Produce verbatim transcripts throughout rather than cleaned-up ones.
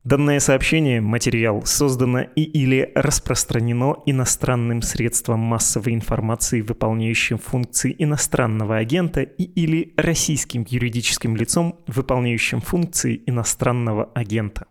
Данное сообщение, материал, создано и или распространено иностранным средством массовой информации, выполняющим функции иностранного агента, и или российским юридическим лицом, выполняющим функции иностранного агента.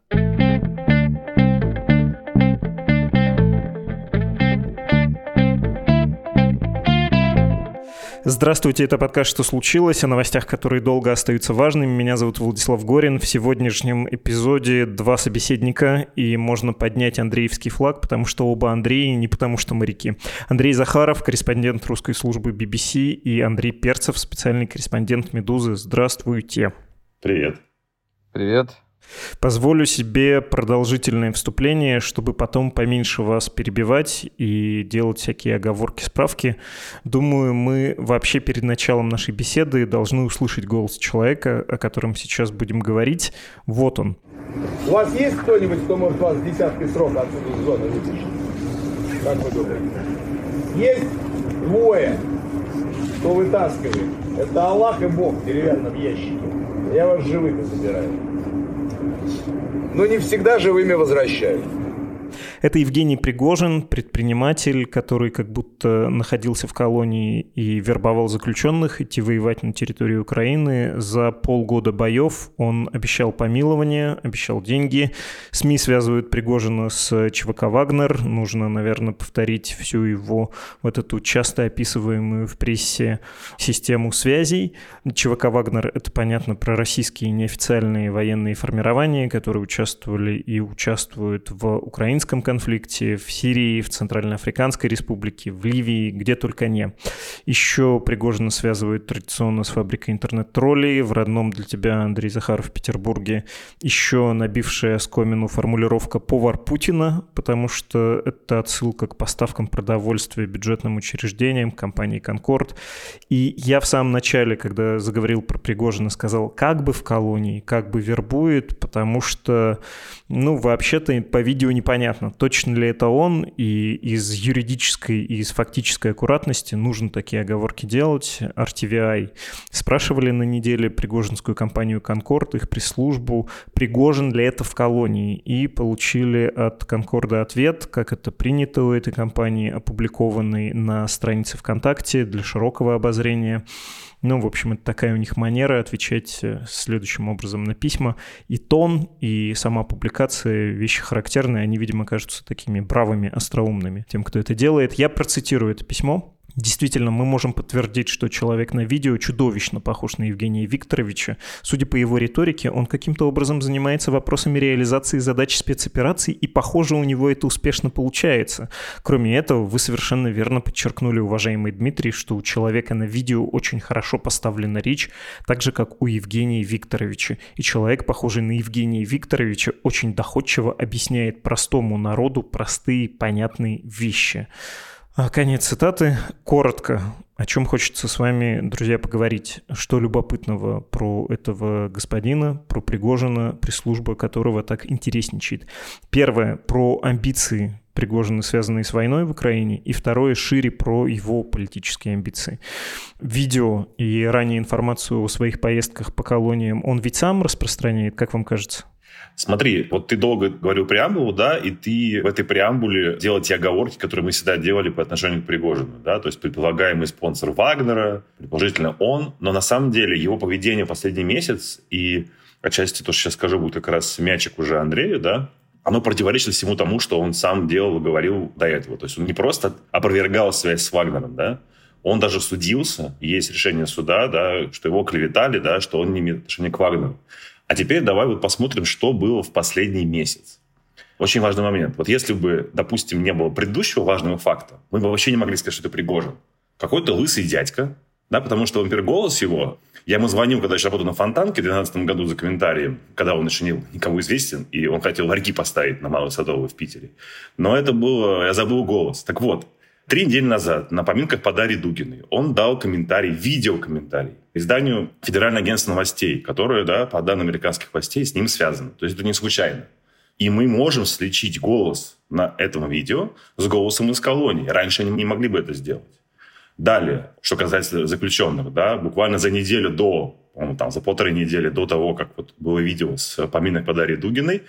Здравствуйте, это подкаст «Что случилось?», о новостях, которые долго остаются важными. Меня зовут Владислав Горин. В сегодняшнем эпизоде два собеседника, и можно поднять андреевский флаг, потому что оба Андреи, не потому что моряки. Андрей Захаров, корреспондент русской службы би би си, и Андрей Перцев, специальный корреспондент «Медузы». Здравствуйте. Привет. Привет. Позволю себе продолжительное вступление, чтобы потом поменьше вас перебивать и делать всякие оговорки, справки. Думаю, мы вообще перед началом нашей беседы должны услышать голос человека, о котором сейчас будем говорить. Вот он. У вас есть кто-нибудь, кто может вас с десяткой срока отсюда из зоны вытащить? Как вы думаете? Есть двое, кто вытаскивает. Это Аллах и Бог в деревянном ящике. Я вас живыми забираю. Но не всегда живыми возвращают. Это Евгений Пригожин, предприниматель, который как будто находился в колонии и вербовал заключенных идти воевать на территории Украины. За полгода боев он обещал помилование, обещал деньги. СМИ связывают Пригожина с ЧВК «Вагнер». Нужно, наверное, повторить всю его вот эту часто описываемую в прессе систему связей. ЧВК «Вагнер» — это, понятно, пророссийские неофициальные военные формирования, которые участвовали и участвуют в украинском конфликте, конфликте в Сирии, в Центральноафриканской республике, в Ливии, где только не. Еще Пригожина связывают традиционно с фабрикой интернет-троллей в родном для тебя, Андрей Захаров, в Петербурге. Еще набившая оскомину формулировка «повар Путина», потому что это отсылка к поставкам продовольствия бюджетным учреждениям, компании «Конкорд». И я в самом начале, когда заговорил про Пригожина, сказал, как бы в колонии, как бы вербует, потому что, ну, вообще-то по видео непонятно, точно ли это он, и из юридической и из фактической аккуратности нужно такие оговорки делать. ар ти ви ай спрашивали на неделе пригожинскую компанию «Конкорд», их пресс-службу, Пригожин ли это в колонии, и получили от «Конкорда» ответ, как это принято у этой компании, опубликованный на странице ВКонтакте для широкого обозрения. Ну, в общем, это такая у них манера отвечать следующим образом на письма. И тон, и сама публикация — вещи характерные. Они, видимо, кажутся такими бравыми, остроумными тем, кто это делает. Я процитирую это письмо. Действительно, мы можем подтвердить, что человек на видео чудовищно похож на Евгения Викторовича. Судя по его риторике, он каким-то образом занимается вопросами реализации задач спецопераций, и, похоже, у него это успешно получается. Кроме этого, вы совершенно верно подчеркнули, уважаемый Дмитрий, что у человека на видео очень хорошо поставлена речь, так же, как у Евгения Викторовича. И человек, похожий на Евгения Викторовича, очень доходчиво объясняет простому народу простые, понятные вещи. Конец цитаты. Коротко, о чем хочется с вами, друзья, поговорить. Что любопытного про этого господина, про Пригожина, пресс-служба которого так интересничает. Первое, про амбиции Пригожина, связанные с войной в Украине, и второе, шире, про его политические амбиции. Видео и ранее информацию о своих поездках по колониям он ведь сам распространяет, как вам кажется? Смотри, вот ты долго говорил преамбулу, да, и ты в этой преамбуле делал те оговорки, которые мы всегда делали по отношению к Пригожину, да, то есть предполагаемый спонсор Вагнера, предположительно он, но на самом деле его поведение в последний месяц, и отчасти то, что сейчас скажу, будет как раз мячик уже Андрею, да, оно противоречит всему тому, что он сам делал и говорил до этого. То есть он не просто опровергал связь с Вагнером, да, он даже судился, есть решение суда, да, что его клеветали, да, что он не имеет отношения к Вагнеру. А теперь давай вот посмотрим, что было в последний месяц. Очень важный момент. Вот если бы, допустим, не было предыдущего важного факта, мы бы вообще не могли сказать, что это Пригожин. Какой-то лысый дядька, да, потому что, например, голос его... Я ему звонил, когда еще работал на Фонтанке в две тысячи двенадцатом году за комментарием, когда он еще не был никому известен, и он хотел ларьки поставить на Малой Садовой в Питере. Но это было... Я забыл голос. Так вот, три недели назад на поминках по Дарье Дугиной он дал комментарий, видеокомментарий изданию Федерального агентства новостей, которое, да, по данным американских властей, с ним связано. То есть это не случайно. И мы можем сличить голос на этом видео с голосом из колонии. Раньше они не могли бы это сделать. Далее, что касается заключенных, да, буквально за неделю до, по-моему, там, за полторы недели до того, как вот было видео с поминок по Дарье Дугиной,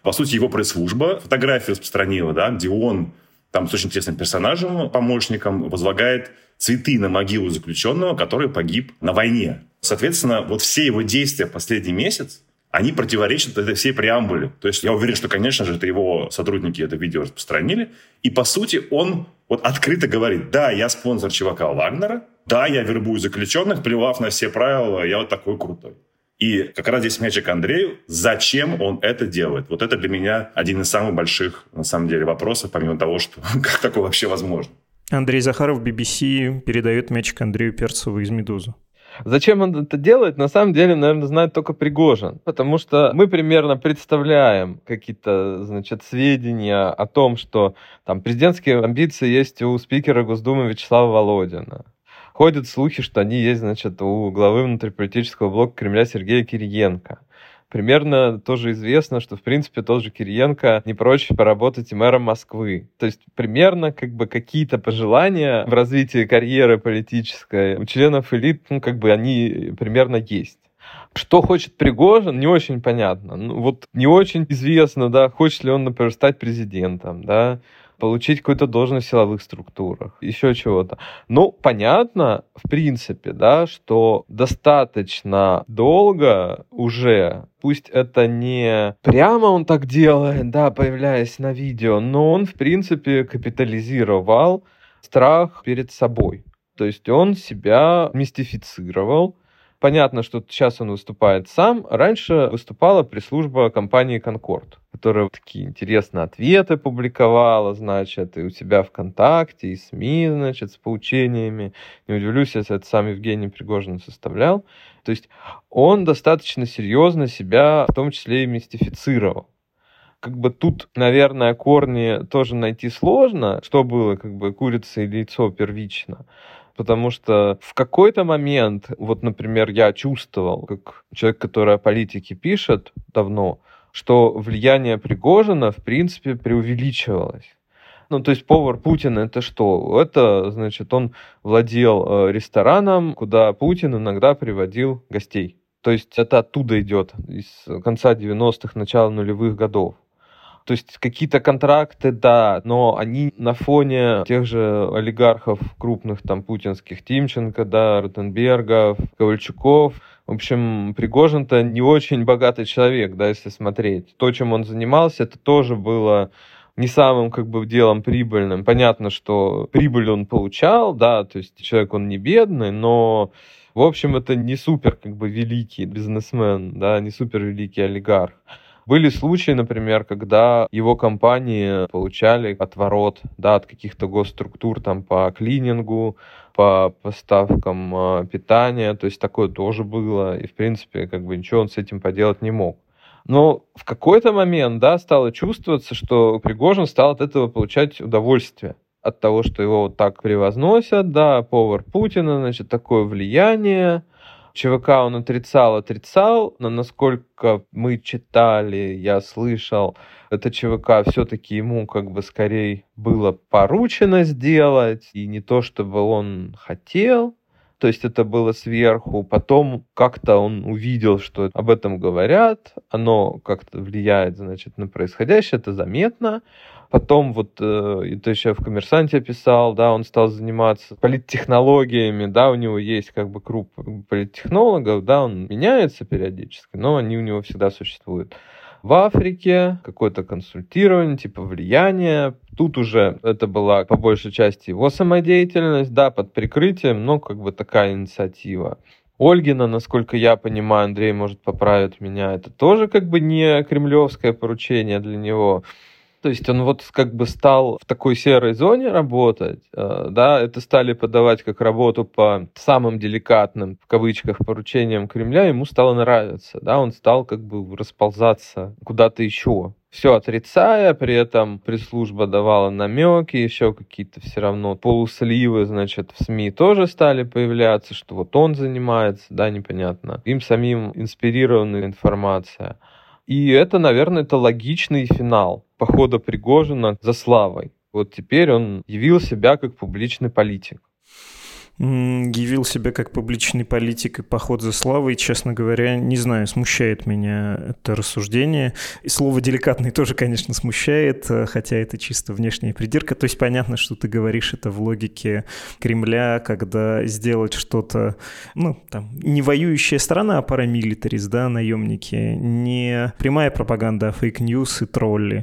По сути, его пресс-служба фотографию распространила, да, где он там с очень интересным персонажем, помощником, возлагает цветы на могилу заключенного, который погиб на войне. Соответственно, вот все его действия в последний месяц, они противоречат этой всей преамбуле. То есть я уверен, что, конечно же, это его сотрудники это видео распространили. И, по сути, он вот открыто говорит: да, я спонсор ЧВК Вагнера, да, я вербую заключенных, плевав на все правила, я вот такой крутой. И как раз здесь мячик Андрею, зачем он это делает? Вот это для меня один из самых больших, на самом деле, вопросов, помимо того, что как такое вообще возможно. Андрей Захаров, би би си, передает мячик Андрею Перцеву из «Медузы». Зачем он это делает, на самом деле, наверное, знает только Пригожин. Потому что мы примерно представляем какие-то, значит, сведения о том, что там президентские амбиции есть у спикера Госдумы Вячеслава Володина. Ходят слухи, что они есть, значит, у главы внутриполитического блока Кремля Сергея Кириенко. Примерно тоже известно, что, в принципе, тот же Кириенко не прочь поработать и мэром Москвы. То есть примерно как бы какие-то пожелания в развитии карьеры политической у членов элит, ну, как бы они примерно есть. Что хочет Пригожин, не очень понятно. Ну, вот не очень известно, да, хочет ли он, например, стать президентом, да, получить какую-то должность в силовых структурах, еще чего-то. Ну, понятно, в принципе, да, что достаточно долго уже, пусть это не прямо он так делает, да, появляясь на видео, но он, в принципе, капитализировал страх перед собой. То есть он себя мистифицировал. Понятно, что сейчас он выступает сам. Раньше выступала пресс-служба компании «Конкорд», которая такие интересные ответы публиковала, значит, и у себя ВКонтакте, и СМИ, значит, с поучениями. Не удивлюсь, если это сам Евгений Пригожин составлял. То есть он достаточно серьезно себя в том числе и мистифицировал. Как бы тут, наверное, корни тоже найти сложно, что было как бы курица или яйцо первично. Потому что в какой-то момент, вот, например, я чувствовал, как человек, который о политике пишет давно, что влияние Пригожина, в принципе, преувеличивалось. Ну, то есть повар Путина — это что? Это, значит, он владел рестораном, куда Путин иногда приводил гостей. То есть это оттуда идет, из конца девяностых, начала нулевых годов. То есть какие-то контракты, да, но они на фоне тех же олигархов крупных, там, путинских, Тимченко, да, Ротенбергов, Ковальчуков. В общем, Пригожин-то не очень богатый человек, да, если смотреть. То, чем он занимался, это тоже было не самым, как бы, делом прибыльным. Понятно, что прибыль он получал, да, то есть человек он не бедный, но, в общем, это не супер, как бы, великий бизнесмен, да, не супер великий олигарх. Были случаи, например, когда его компании получали отворот, да, от каких-то госструктур там, по клинингу, по поставкам питания, то есть такое тоже было, и в принципе как бы ничего он с этим поделать не мог. Но в какой-то момент, да, стало чувствоваться, что Пригожин стал от этого получать удовольствие. От того, что его вот так превозносят, да, повар Путина, значит, такое влияние. ЧВК он отрицал, отрицал, но насколько мы читали, я слышал, это ЧВК все-таки ему как бы скорее было поручено сделать, и не то, чтобы он хотел, то есть это было сверху. Потом как-то он увидел, что об этом говорят, оно как-то влияет, значит, на происходящее, это заметно. Потом вот, э, это еще в «Коммерсанте» писал, да, он стал заниматься политтехнологиями, да, у него есть как бы группа политтехнологов, да, он меняется периодически, но они у него всегда существуют. В Африке какое-то консультирование, типа влияние. Тут уже это была по большей части его самодеятельность, да, под прикрытием, но как бы такая инициатива. Ольгина, насколько я понимаю, Андрей может поправить меня, это тоже как бы не кремлевское поручение для него. То есть он вот как бы стал в такой серой зоне работать, да, это стали подавать как работу по самым деликатным, в кавычках, поручениям Кремля, ему стало нравиться, да, он стал как бы расползаться куда-то еще. Все отрицая, при этом пресс-служба давала намеки, еще какие-то все равно полусливы, значит, в СМИ тоже стали появляться, что вот он занимается, да, непонятно. Им самим инспирированная информация. И это, наверное, это логичный финал похода Пригожина за славой. Вот теперь он явил себя как публичный политик. Явил себя как публичный политик и поход за славой, честно говоря, не знаю, смущает меня это рассуждение. И слово «деликатный» тоже, конечно, смущает, хотя это чисто внешняя придирка. То есть понятно, что ты говоришь это в логике Кремля, когда сделать что-то, ну, там, не воюющая страна, а парамилитарис, да, наемники, не прямая пропаганда, а фейк-ньюс и тролли,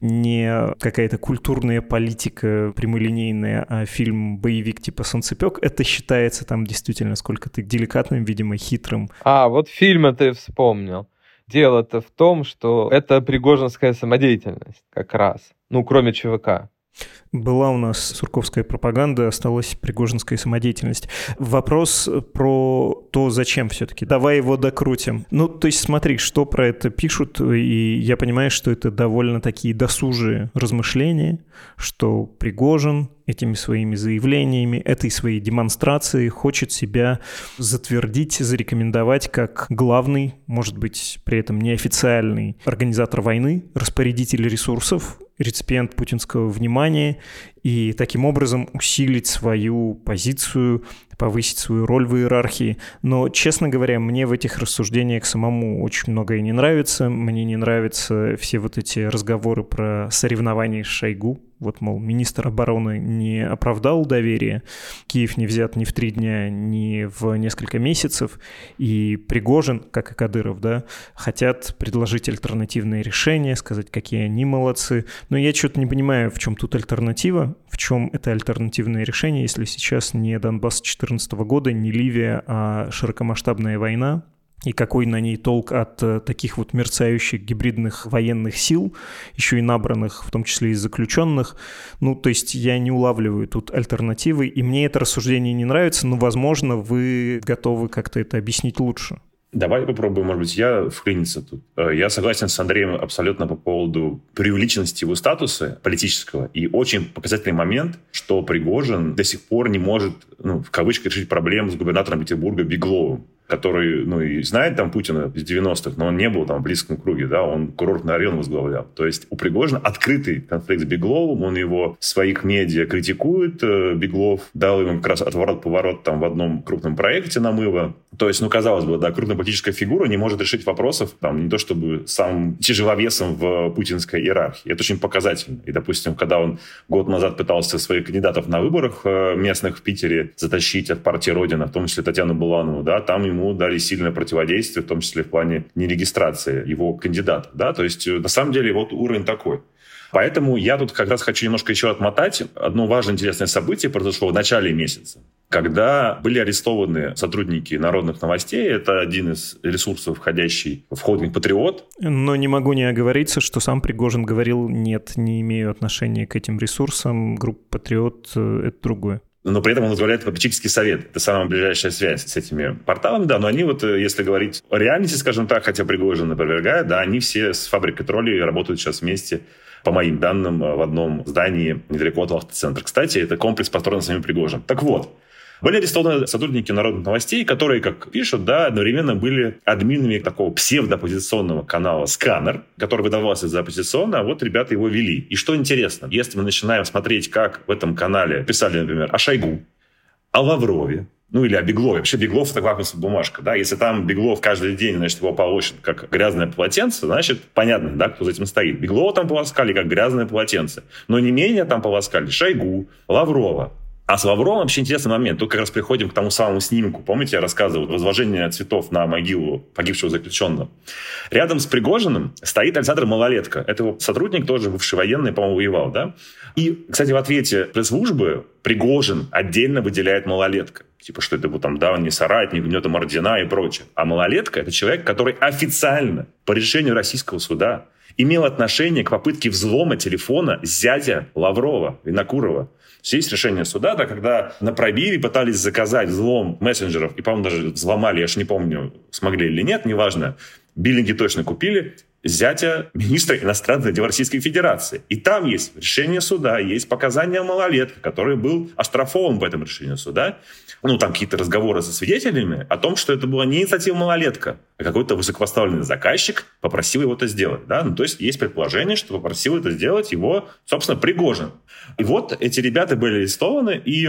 не какая-то культурная политика прямолинейная, а фильм-боевик типа «Солнцепек», это считается там действительно сколько-то деликатным, видимо, хитрым. А, вот фильм ты вспомнил. Дело-то в том, что это пригожинская самодеятельность как раз. Ну, кроме ЧВК. Была у нас сурковская пропаганда, осталась пригожинская самодеятельность. Вопрос про то, зачем все-таки. Давай его докрутим. Ну, то есть смотри, что про это пишут, и я понимаю, что это довольно такие досужие размышления, что Пригожин этими своими заявлениями, этой своей демонстрацией хочет себя затвердить, зарекомендовать как главный, может быть, при этом неофициальный организатор войны, распорядитель ресурсов, реципиент путинского внимания, и таким образом усилить свою позицию, повысить свою роль в иерархии. Но, честно говоря, мне в этих рассуждениях самому очень многое не нравится. Мне не нравятся все вот эти разговоры про соревнования с Шойгу. Вот, мол, министр обороны не оправдал доверие, Киев не взят ни в три дня, ни в несколько месяцев, и Пригожин, как и Кадыров, да, хотят предложить альтернативные решения, сказать, какие они молодцы. Но я что-то не понимаю, в чем тут альтернатива, в чем это альтернативное решение, если сейчас не Донбасс две тысячи четырнадцатого года, не Ливия, а широкомасштабная война. И какой на ней толк от э, таких вот мерцающих гибридных военных сил, еще и набранных, в том числе из заключенных. Ну, то есть я не улавливаю тут альтернативы, и мне это рассуждение не нравится, но, возможно, вы готовы как-то это объяснить лучше. Давай попробуем, может быть, я вклиниться тут. Я согласен с Андреем абсолютно по поводу преувеличенности его статуса политического. И очень показательный момент, что Пригожин до сих пор не может, ну, в кавычках, решить проблему с губернатором Петербурга Бегловым, который, ну, и знает там Путина из девяностых, но он не был там в близком круге, да, он курортный район возглавлял. То есть у Пригожина открытый конфликт с Бегловым, он его в своих медиа критикует, Беглов дал ему как раз отворот-поворот там в одном крупном проекте намыва. То есть, ну, казалось бы, да, крупная политическая фигура не может решить вопросов, там, не то чтобы самым тяжеловесом в путинской иерархии. Это очень показательно. И, допустим, когда он год назад пытался своих кандидатов на выборах местных в Питере затащить от партии Родина, в том числе Татьяну Буланову, да, там ему дали сильное противодействие, в том числе в плане нерегистрации его кандидата, да, то есть, на самом деле, вот уровень такой. Поэтому я тут как раз хочу немножко еще отмотать. Одно важное интересное событие произошло в начале месяца, когда были арестованы сотрудники народных новостей. Это один из ресурсов, входящий в холдинг «Патриот». Но не могу не оговориться, что сам Пригожин говорил: нет, не имею отношения к этим ресурсам, группа «Патриот» — это другое. Но при этом он возглавляет попечительский совет. Это самая ближайшая связь с этими порталами, да. Но они вот, если говорить о реальности, скажем так, хотя Пригожин опровергает, да, они все с фабрикой троллей работают сейчас вместе, по моим данным, в одном здании недалеко от Лахта-центра. Кстати, это комплекс построен самим Пригожиным. Так вот, были арестованы сотрудники народных новостей, которые, как пишут, да, одновременно были админами такого псевдооппозиционного канала «Сканер», который выдавался за оппозиционный, а вот ребята его вели. И что интересно, если мы начинаем смотреть, как в этом канале писали, например, о Шойгу, о Лаврове, ну или о Беглове. Вообще Беглов — это лакмусовая бумажка. Да? Если там Беглов каждый день, значит, его полощет как грязное полотенце, значит, понятно, да, кто за этим стоит. Беглова там полоскали как грязное полотенце. Но не менее там полоскали Шойгу, Лаврова. А с Лавровым вообще интересный момент. Тут как раз приходим к тому самому снимку. Помните, я рассказывал, возложение цветов на могилу погибшего заключенного. Рядом с Пригожиным стоит Александр Малолетко. Это его сотрудник, тоже бывший военный, по-моему, воевал, да? И, кстати, в ответе пресс-службы Пригожин отдельно выделяет Малолетко. Типа, что это был там давний соратник, у него там ордена и прочее. А Малолетко — это человек, который официально, по решению российского суда, имел отношение к попытке взлома телефона зятя Лаврова, Винокурова. Есть решение суда, да, когда на пробиве пытались заказать взлом мессенджеров, и, по-моему, даже взломали, я ж не помню, смогли или нет, неважно, биллинги точно купили, зятя министра иностранных дел Российской Федерации. И там есть решение суда, есть показания малолетка, который был оштрафован по этому решению суда. Ну, там какие-то разговоры со свидетелями о том, что это была не инициатива малолетка, а какой-то высокопоставленный заказчик попросил его это сделать. Да? Ну, то есть есть предположение, что попросил это сделать его, собственно, Пригожин. И вот эти ребята были арестованы, и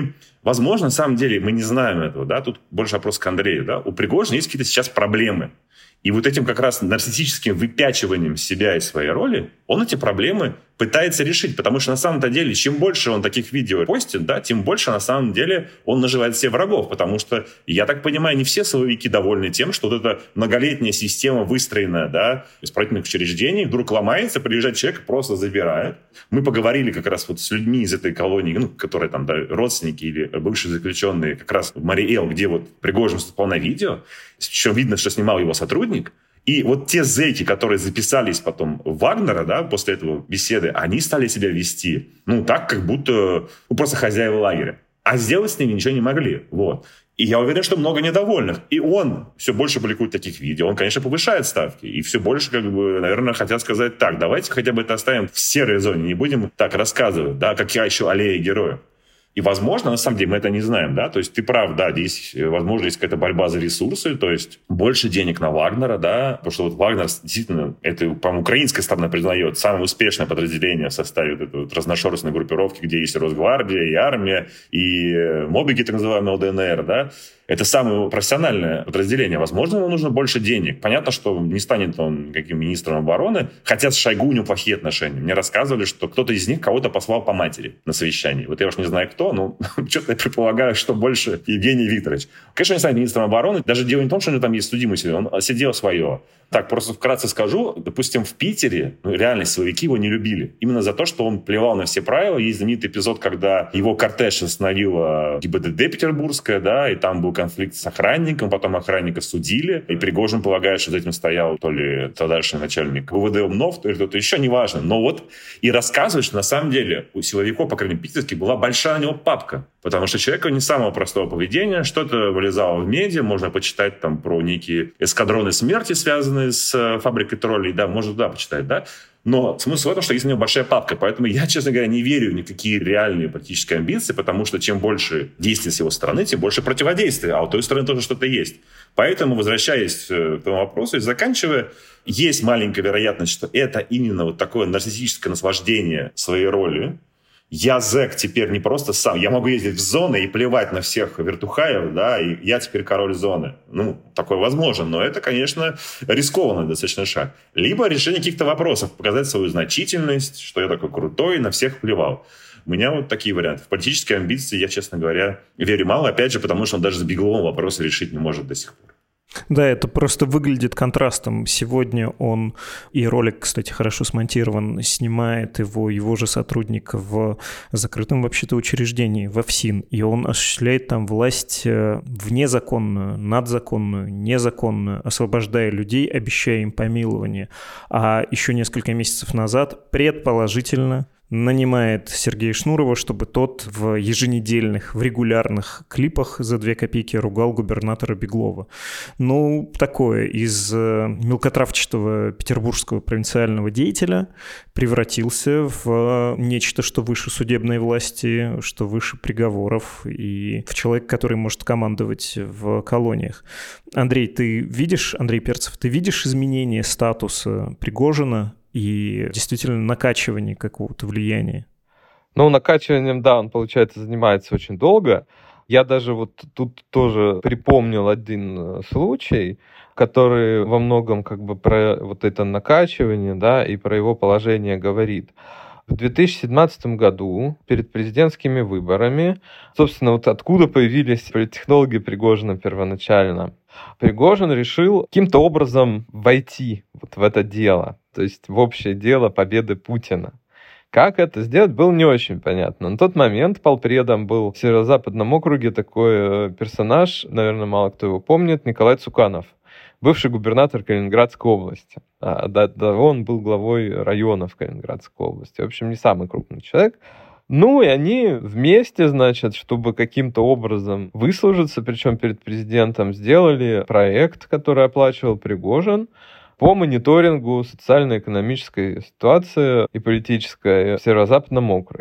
Возможно, на самом деле, мы не знаем этого, да, тут больше вопрос к Андрею, да, у Пригожина есть какие-то сейчас проблемы. И вот этим как раз нарциссическим выпячиванием себя и своей роли он эти проблемы пытается решить, потому что на самом-то деле, чем больше он таких видео постит, да, тем больше на самом деле он наживает себе врагов, потому что, я так понимаю, не все силовики довольны тем, что вот эта многолетняя система, выстроенная, да, исправительных учреждений, вдруг ломается, приезжает человек, просто забирает. Мы поговорили как раз вот с людьми из этой колонии, ну, которые там, да, родственники или бывшие заключенные, как раз в Мариэл, где вот Пригожин выступал на видео, еще видно, что снимал его сотрудник. И вот те зэки, которые записались потом в Вагнера, да, после этого беседы, они стали себя вести, ну, так, как будто, ну, просто хозяева лагеря. А сделать с ними ничего не могли, вот. И я уверен, что много недовольных. И он все больше публикует таких видео. Он, конечно, повышает ставки. И все больше, как бы, наверное, хотят сказать так, давайте хотя бы это оставим в серой зоне, не будем так рассказывать, да, как я еще аллея героев. И, возможно, на самом деле, мы это не знаем, да, то есть ты прав, да, здесь, возможно, есть какая-то борьба за ресурсы, то есть больше денег на Вагнера, да, потому что вот Вагнер действительно, это, по-моему, украинская сторона признает, самое успешное подразделение в составе вот этой вот разношерстной группировки, где есть Росгвардия, и армия, и мобики, так называемые ЛДНР, да, это самое профессиональное подразделение. Возможно, ему нужно больше денег. Понятно, что не станет он никаким министром обороны, хотя с Шойгу у него плохие отношения. Мне рассказывали, что кто-то из них кого-то послал по матери на совещании. Вот я уж не знаю кто, но что-то я предполагаю, что больше Евгений Викторович. Конечно, он не станет министром обороны. Даже дело не в том, что у него там есть судимость. Он сидел свое. Так, просто вкратце скажу. Допустим, в Питере ну, реально силовики его не любили. Именно за то, что он плевал на все правила. Есть знаменитый эпизод, когда его кортеж остановила ГИБДД петербургская, да, и там был конфликт с охранником, потом охранника судили, и Пригожин полагает, что за этим стоял то ли тогдашний начальник ВВД УМНОВ, то ли кто-то еще, неважно. Но вот и рассказывает, что на самом деле у силовиков, по крайней мере, питерских, была большая у него папка. Потому что человек не самого простого поведения, что-то вылезало в медиа, можно почитать там про некие эскадроны смерти, связанные с фабрикой троллей, да, можно туда почитать, да. Но смысл в том, что есть у него большая папка. Поэтому я, честно говоря, не верю в никакие реальные политические амбиции, потому что чем больше действий с его стороны, тем больше противодействия. А у той стороны тоже что-то есть. Поэтому, возвращаясь к этому вопросу и заканчивая, есть маленькая вероятность, что это именно вот такое нарциссическое наслаждение своей роли. Я зэк теперь не просто сам. Я могу ездить в зоны и плевать на всех вертухаев, да, и я теперь король зоны. Ну, такое возможно, но это, конечно, рискованный достаточно шаг. Либо решение каких-то вопросов, показать свою значительность, что я такой крутой, на всех плевал. У меня вот такие варианты. В политические амбиции я, честно говоря, верю мало, опять же, потому что он даже с Бегловым вопросы решить не может до сих пор. Да, это просто выглядит контрастом. Сегодня он, и ролик, кстати, хорошо смонтирован, снимает его, его же сотрудник в закрытом вообще-то учреждении, в ФСИН, и он осуществляет там власть внезаконную, надзаконную, незаконную, освобождая людей, обещая им помилование. А еще несколько месяцев назад, предположительно, нанимает Сергея Шнурова, чтобы тот в еженедельных, в регулярных клипах за две копейки ругал губернатора Беглова. Ну, такое, из мелкотравчатого петербургского провинциального деятеля превратился в нечто, что выше судебной власти, что выше приговоров, и в человека, который может командовать в колониях. Андрей, ты видишь, Андрей Перцев, ты видишь изменение статуса Пригожина и действительно накачивание какого-то влияния? Ну, накачиванием, да, он, получается, занимается очень долго. Я даже вот тут тоже припомнил один случай, который во многом как бы про вот это накачивание, да, и про его положение говорит. В две тысячи семнадцатом году, перед президентскими выборами, собственно, вот откуда появились политтехнологи Пригожина первоначально, Пригожин решил каким-то образом войти вот в это дело, то есть в общее дело победы Путина. Как это сделать, было не очень понятно. На тот момент полпредом был в Северо-Западном округе такой персонаж, наверное, мало кто его помнит, Николай Цуканов, бывший губернатор Калининградской области. А, да, да, он был главой района в Калининградской области. В общем, не самый крупный человек. Ну, и они вместе, значит, чтобы каким-то образом выслужиться, причем перед президентом, сделали проект, который оплачивал Пригожин, по мониторингу социально-экономической ситуации и политической в Северо-Западном округе.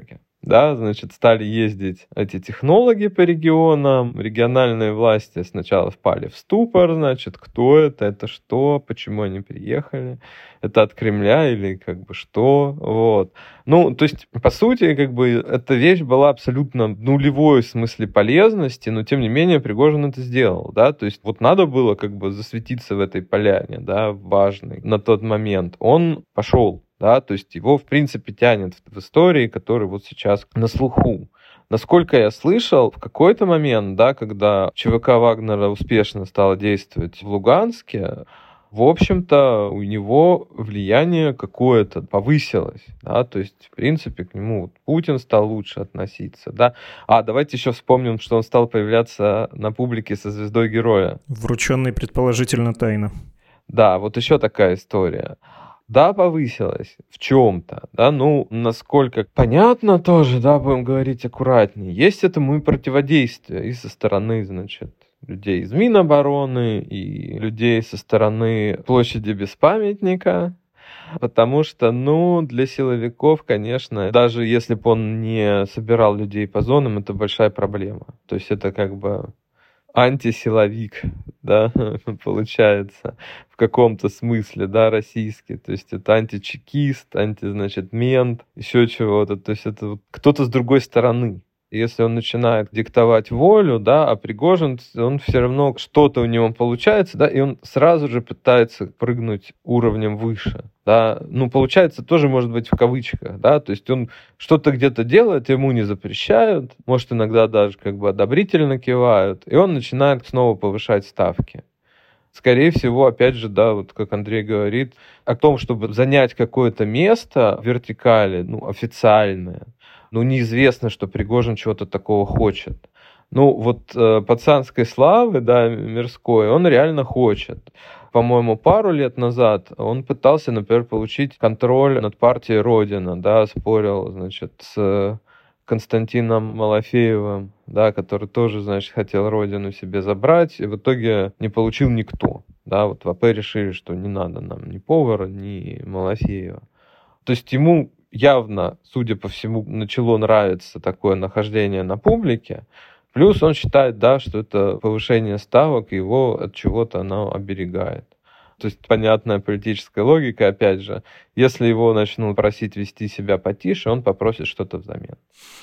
Да, значит, стали ездить эти технологи по регионам, региональные власти сначала впали в ступор, значит, кто это, это что, почему они приехали, это от Кремля или как бы что, вот. Ну, то есть, по сути, как бы, эта вещь была абсолютно нулевой в смысле полезности, но, тем не менее, Пригожин это сделал, да, то есть, вот надо было как бы засветиться в этой поляне, да, важной на тот момент, он пошел. Да, то есть его, в принципе, тянет в истории, который вот сейчас на слуху. Насколько я слышал, в какой-то момент, да, когда ЧВК Вагнера успешно стало действовать в Луганске, в общем-то, у него влияние какое-то повысилось, да, то есть, в принципе, к нему Путин стал лучше относиться, да. А, давайте еще вспомним, что он стал появляться на публике со звездой героя. Врученный, предположительно, тайно. Да, вот еще такая история. Да, повысилась в чем-то, да, ну, насколько понятно тоже, да, будем говорить аккуратнее. Есть этому и противодействие и со стороны, значит, людей из Минобороны, и людей со стороны площади без памятника, потому что, ну, для силовиков, конечно, даже если бы он не собирал людей по зонам, это большая проблема. То есть это как бы антисиловик, да, получается, в каком-то смысле, да, российский. То есть это античекист, анти, значит, мент, еще чего-то. То есть это вот кто-то с другой стороны. Если он начинает диктовать волю, да, а Пригожин, он все равно, что-то у него получается, да, и он сразу же пытается прыгнуть уровнем выше, да, ну, получается, тоже может быть в кавычках, да, то есть он что-то где-то делает, ему не запрещают, может, иногда даже как бы одобрительно кивают, и он начинает снова повышать ставки. Скорее всего, опять же, да, вот как Андрей говорит, о том, чтобы занять какое-то место в вертикали, ну, официальное, ну, неизвестно, что Пригожин чего-то такого хочет. Ну, вот э, пацанской славы, да, мирской, он реально хочет. По-моему, пару лет назад он пытался, например, получить контроль над партией «Родина», да, спорил, значит, с Константином Малафеевым, да, который тоже, значит, хотел Родину себе забрать, и в итоге не получил никто. Да, вот в АП решили, что не надо нам ни Повара, ни Малафеева. То есть ему явно, судя по всему, начало нравиться такое нахождение на публике. Плюс он считает, да, что это повышение ставок его от чего-то оно оберегает. То есть понятная политическая логика, опять же, если его начнут просить вести себя потише, он попросит что-то взамен.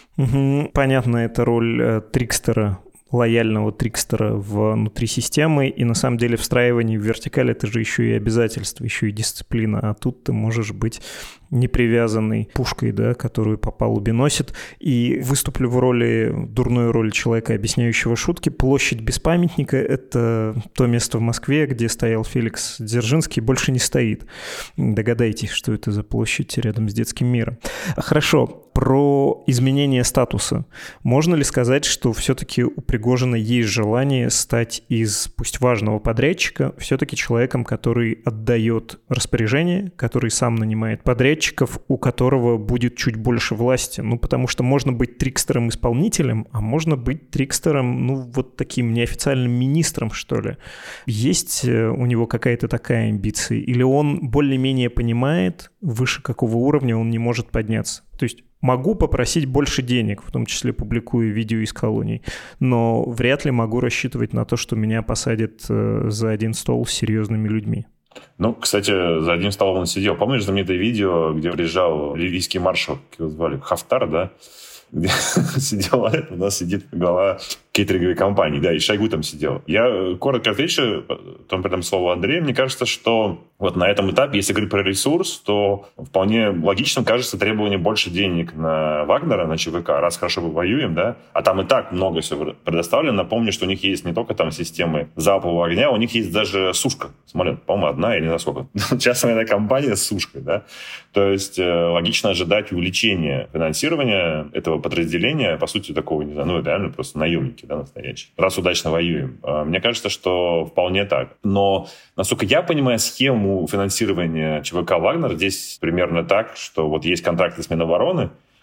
Угу. Понятно, это роль э, трикстера, лояльного трикстера внутри системы, и на самом деле встраивание в вертикаль — это же еще и обязательство, еще и дисциплина, а тут ты можешь быть непривязанной пушкой, да, которую по палубе носит. И выступлю в роли, дурной роли человека, объясняющего шутки. Площадь без памятника — это то место в Москве, где стоял Феликс Дзержинский, больше не стоит. Догадайтесь, что это за площадь рядом с детским миром. Хорошо, про изменение статуса. Можно ли сказать, что все-таки у Пригожина есть желание стать из, пусть важного подрядчика, все-таки человеком, который отдает распоряжение, который сам нанимает подрядчиков, у которого будет чуть больше власти? Ну, потому что можно быть трикстером-исполнителем, а можно быть трикстером, ну, вот таким неофициальным министром, что ли. Есть у него какая-то такая амбиция? Или он более-менее понимает, выше какого уровня он не может подняться? То есть могу попросить больше денег, в том числе публикуя видео из колоний, но вряд ли могу рассчитывать на то, что меня посадят за один стол с серьезными людьми. Ну, кстати, за одним столом он сидел. Помнишь знаменитое видео, где приезжал ливийский маршал, как его звали, Хафтар, да? Где сидела, у нас сидит глава кейтеринговой компании, да, и Шойгу там сидел. Я коротко отвечу, потом передам слово Андрею. Мне кажется, что вот на этом этапе, если говорить про ресурс, то вполне логичным кажется требование больше денег на Вагнера, на ЧВК, раз хорошо мы воюем, да, а там и так много всего предоставлено. Напомню, что у них есть не только там системы залпового огня, у них есть даже сушка. Смотрим, по-моему, одна или насколько. Частная военная компания с сушкой, да. То есть логично ожидать увеличения финансирования этого подразделения, по сути, такого, не знаю, ну, реально просто наемники, да, настоящие. Раз удачно воюем. Мне кажется, что вполне так. Но, насколько я понимаю, схему финансирования ЧВК «Вагнер» здесь примерно так, что вот есть контракты с Минобороны,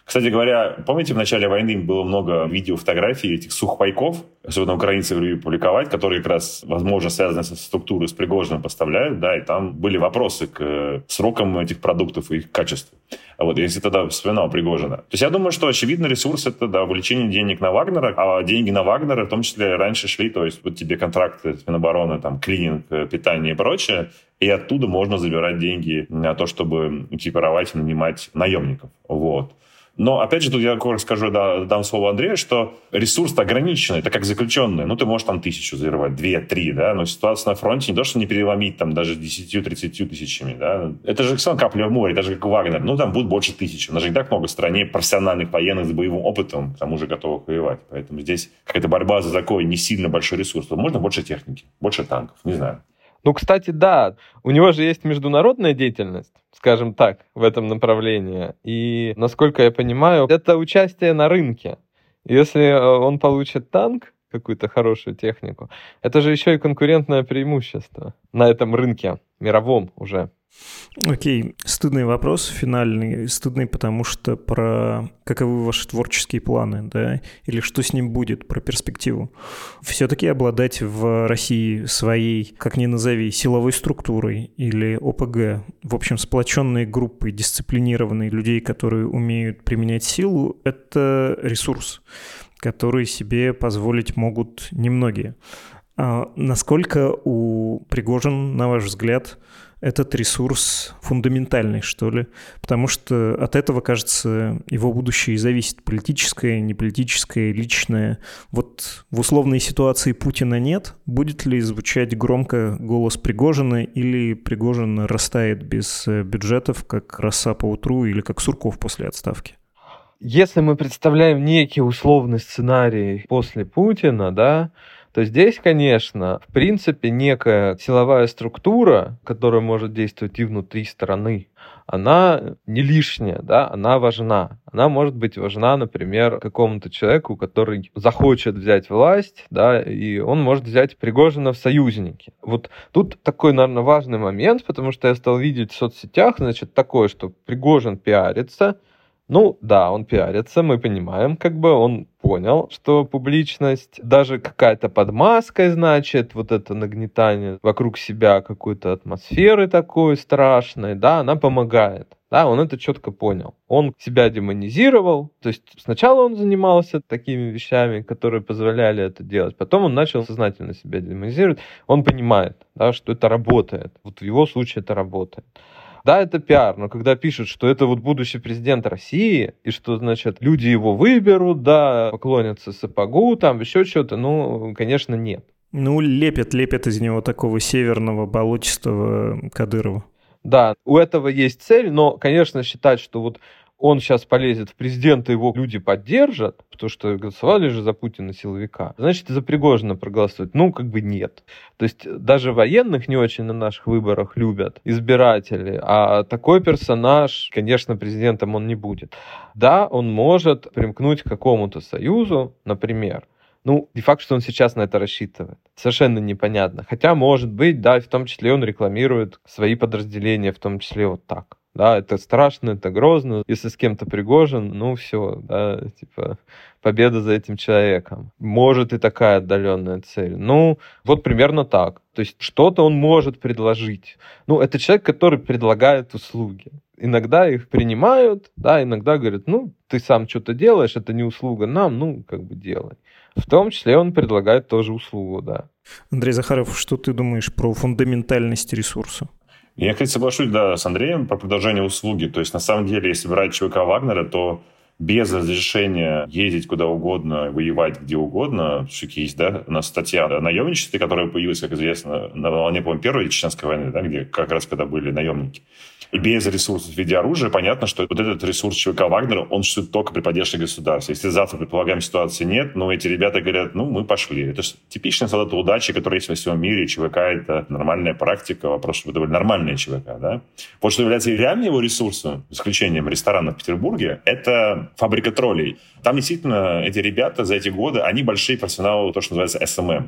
Кстати говоря, помните, в начале войны было много видео, фотографий этих сухпайков, особенно украинцы любили публиковать, которые как раз, возможно, связаны со структурой, с Пригожиным поставляют, да, и там были вопросы к срокам этих продуктов и их качеству. А вот, если тогда вспоминал Пригожина. То есть я думаю, что, очевидно, ресурс — это, да, увеличение денег на Вагнера, а деньги на Вагнера в том числе раньше шли, то есть вот тебе контракты с Минобороны, там, клининг, питание и прочее, и оттуда можно забирать деньги на то, чтобы экипировать и нанимать наемников. Вот. Но, опять же, тут я коротко скажу, да, дам слово Андрею, что ресурс-то ограниченный, это как заключенный. Ну, ты можешь там тысячу взорвать, две, три, да, но ситуация на фронте не то, что не переломить там даже десятью-тридцатью тысячами, да. Это же все капля в море, это же как Вагнер. Ну, там будет больше тысячи. У нас же не так много в стране профессиональных военных с боевым опытом, к тому же готовых воевать. Поэтому здесь какая-то борьба за такой не сильно большой ресурс. Можно больше техники, больше танков, не знаю. Ну, кстати, да, у него же есть международная деятельность, скажем так, в этом направлении. И, насколько я понимаю, это участие на рынке. Если он получит танк, какую-то хорошую технику, это же еще и конкурентное преимущество на этом рынке, мировом уже. Окей, стыдный вопрос, финальный. Стыдный, потому что про каковы ваши творческие планы, да, или что с ним будет, про перспективу. Все-таки обладать в России своей, как ни назови, силовой структурой или о пэ гэ, в общем, сплоченной группой дисциплинированных людей, которые умеют применять силу, это ресурс, который себе позволить могут немногие. А насколько у Пригожина, на ваш взгляд, этот ресурс фундаментальный, что ли? Потому что от этого, кажется, его будущее и зависит. Политическое, неполитическое, личное. Вот в условной ситуации Путина нет. Будет ли звучать громко голос Пригожина, или Пригожин растает без бюджетов, как роса по утру или как Сурков после отставки? Если мы представляем некий условный сценарий после Путина, да, то здесь, конечно, в принципе, некая силовая структура, которая может действовать и внутри страны, она не лишняя, да, она важна. Она может быть важна, например, какому-то человеку, который захочет взять власть, да, и он может взять Пригожина в союзники. Вот тут такой, наверное, важный момент, потому что я стал видеть в соцсетях, значит, такое, что Пригожин пиарится. Ну, да, он пиарится, мы понимаем, как бы он понял, что публичность, даже какая-то под маской, значит, вот это нагнетание вокруг себя какой-то атмосферы такой страшной, да, она помогает. Да, он это четко понял. Он себя демонизировал, то есть сначала он занимался такими вещами, которые позволяли это делать, потом он начал сознательно себя демонизировать, он понимает, да, что это работает, вот в его случае это работает. Да, это пиар, но когда пишут, что это вот будущий президент России, и что, значит, люди его выберут, да, поклонятся сапогу, там еще что-то, ну, конечно, нет. Ну, лепят, лепят из него такого северного болотистого Кадырова. Да, у этого есть цель, но, конечно, считать, что вот он сейчас полезет в президента, его люди поддержат, потому что голосовали же за Путина силовика, значит, за Пригожина проголосуют. Ну, как бы нет. То есть даже военных не очень на наших выборах любят избиратели, а такой персонаж, конечно, президентом он не будет. Да, он может примкнуть к какому-то союзу, например. Ну, не факт, что он сейчас на это рассчитывает. Совершенно непонятно. Хотя, может быть, да, в том числе он рекламирует свои подразделения, в том числе вот так. Да, это страшно, это грозно. Если с кем-то Пригожин, ну все, да, типа победа за этим человеком. Может и такая отдаленная цель. Ну, вот примерно так. То есть что-то он может предложить. Ну, это человек, который предлагает услуги. Иногда их принимают, да, иногда говорят, ну, ты сам что-то делаешь, это не услуга нам, ну, как бы делай. В том числе он предлагает тоже услугу, да. Андрей Захаров, что ты думаешь про фундаментальность ресурса? Я, кстати, соглашусь, да, с Андреем про продолжение услуги. То есть, на самом деле, если брать ЧВК Вагнера, то без разрешения ездить куда угодно, воевать где угодно, все-таки есть, да, у нас статья о наемничестве, которая появилась, как известно, на волне, по-моему, первой чеченской войны, да, где как раз когда были наемники. И без ресурсов в виде оружия, понятно, что вот этот ресурс ЧВК Вагнера, он существует только при поддержке государства. Если завтра, предполагаем, ситуации нет, но эти ребята говорят, ну, мы пошли. Это же типичный солдат удачи, который есть во всем мире. ЧВК — это нормальная практика, вопрос, что это нормальные ЧВК, да. Вот что является реальным его ресурсом, за исключением ресторана в Петербурге, это фабрика троллей. Там действительно эти ребята за эти годы, они большие профессионалы, то, что называется эс эм эм.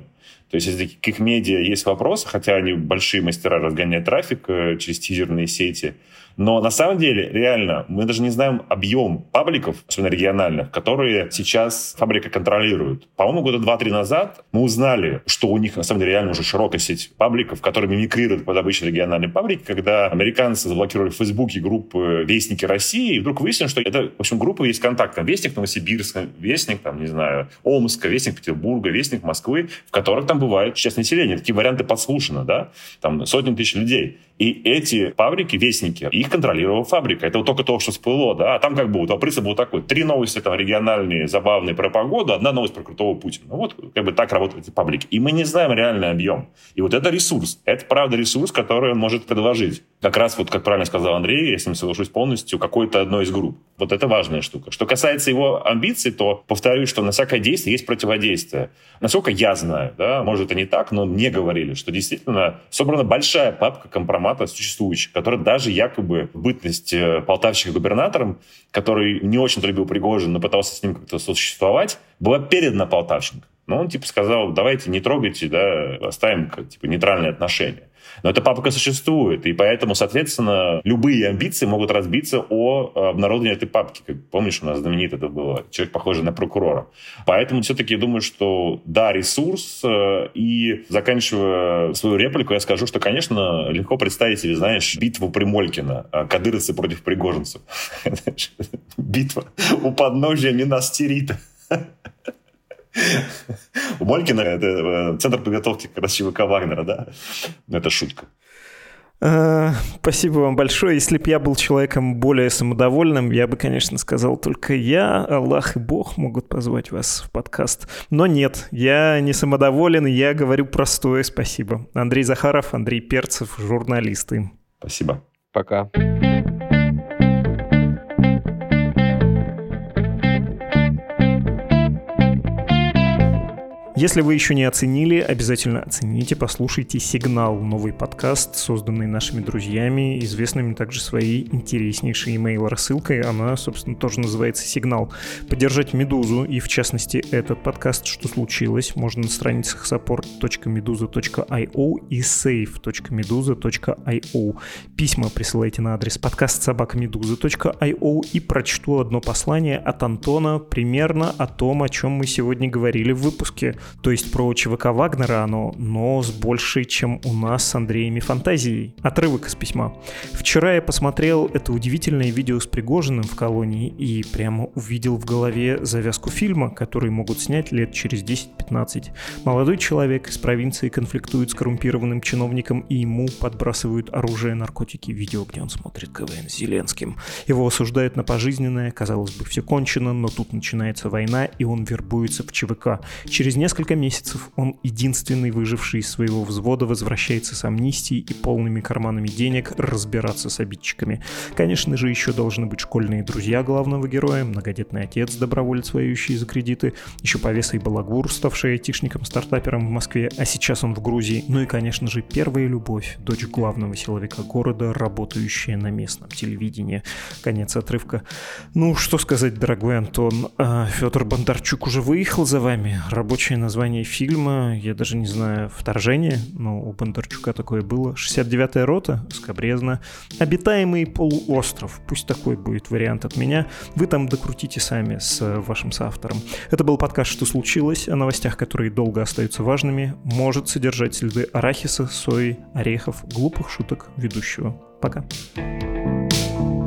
То есть, если к их медиа есть вопросы, хотя они большие мастера разгонять трафик через тизерные сети, но на самом деле, реально, мы даже не знаем объем пабликов, особенно региональных, которые сейчас фабрика контролирует. По-моему, года два-три назад мы узнали, что у них, на самом деле, реально уже широкая сеть пабликов, которые мимикрируют под обычные региональные паблики, когда американцы заблокировали в Фейсбуке группы «Вестники России», и вдруг выяснилось, что это, в общем, группа есть контакт. Там «Вестник Новосибирска», «Вестник», там, не знаю, Омска, «Вестник Петербурга», «Вестник Москвы», в которых там бывает частное население. Такие варианты подслушаны, да, там сотни тысяч людей. И эти паблики, вестники, их контролировала фабрика. Это вот только то, что всплыло, да. А там как бы вот принцип был такой. Три новости там региональные, забавные про погоду, одна новость про крутого Путина. Ну вот как бы так работают эти паблики. И мы не знаем реальный объем. И вот это ресурс. Это правда ресурс, который он может предложить. Как раз вот, как правильно сказал Андрей, я с ним соглашусь полностью, какой-то одной из групп. Вот это важная штука. Что касается его амбиций, то повторюсь, что на всякое действие есть противодействие. Насколько я знаю, да, может это не так, но мне говорили, что действительно собрана большая папка компромата существующих, которая даже якобы в бытность полтавщика губернатором, который не очень любил Пригожина, но пытался с ним как-то сосуществовать, была передана полтавщикам. Но он типа сказал, давайте не трогайте, да, оставим как, типа, нейтральные отношения. Но эта папка существует, и поэтому, соответственно, любые амбиции могут разбиться о обнародовании этой папки. Как помнишь, у нас знаменито это было, человек, похожий на прокурора. Поэтому все-таки думаю, что да, ресурс, и заканчивая свою реплику, я скажу, что, конечно, легко представить себе, знаешь, битву при Молькино, кадыровцы против пригожинцев. Битва у подножия Минастерита. У Молькина это центр подготовки к ЧВК Вагнера, да? Это шутка. Спасибо вам большое. Если бы я был человеком более самодовольным, я бы, конечно, сказал, только я, Аллах и Бог могут позвать вас в подкаст. Но нет, я не самодоволен, я говорю простое спасибо. Андрей Захаров, Андрей Перцев, журналисты. Спасибо. Пока. Если вы еще не оценили, обязательно оцените, послушайте «Сигнал», новый подкаст, созданный нашими друзьями, известными также своей интереснейшей email-рассылкой. Она, собственно, тоже называется «Сигнал». Поддержать «Медузу» и, в частности, этот подкаст «Что случилось?» можно на страницах support точка meduza точка io и save точка meduza точка io. Письма присылайте на адрес подкаст собака meduza точка io и прочту одно послание от Антона примерно о том, о чем мы сегодня говорили в выпуске. То есть про ЧВК Вагнера оно, но с большей, чем у нас с Андреем, фантазией. Отрывок из письма. «Вчера я посмотрел это удивительное видео с Пригожиным в колонии и прямо увидел в голове завязку фильма, который могут снять лет через десять-пятнадцать. Молодой человек из провинции конфликтует с коррумпированным чиновником, и ему подбрасывают оружие, наркотики. Видео, где он смотрит КВН с Зеленским. Его осуждают на пожизненное, казалось бы, все кончено, но тут начинается война, и он вербуется в ЧВК. Через несколько Несколько месяцев он, единственный выживший из своего взвода, возвращается с амнистией и полными карманами денег разбираться с обидчиками. Конечно же, еще должны быть школьные друзья главного героя, многодетный отец, доброволец, воюющий за кредиты, еще повеса и балагур, ставший айтишником-стартапером в Москве, а сейчас он в Грузии. Ну и, конечно же, первая любовь, дочь главного силовика города, работающая на местном телевидении». Конец отрывка. Ну, что сказать, дорогой Антон, а Федор Бондарчук уже выехал за вами? Рабочее название фильма, я даже не знаю, «Вторжение», но у Бондарчука такое было. шестьдесят девятая рота, Скабрезно. «Обитаемый полуостров». Пусть такой будет вариант от меня. Вы там докрутите сами с вашим соавтором. Это был подкаст «Что случилось?», о новостях, которые долго остаются важными. Может содержать следы арахиса, сои, орехов, глупых шуток ведущего. Пока.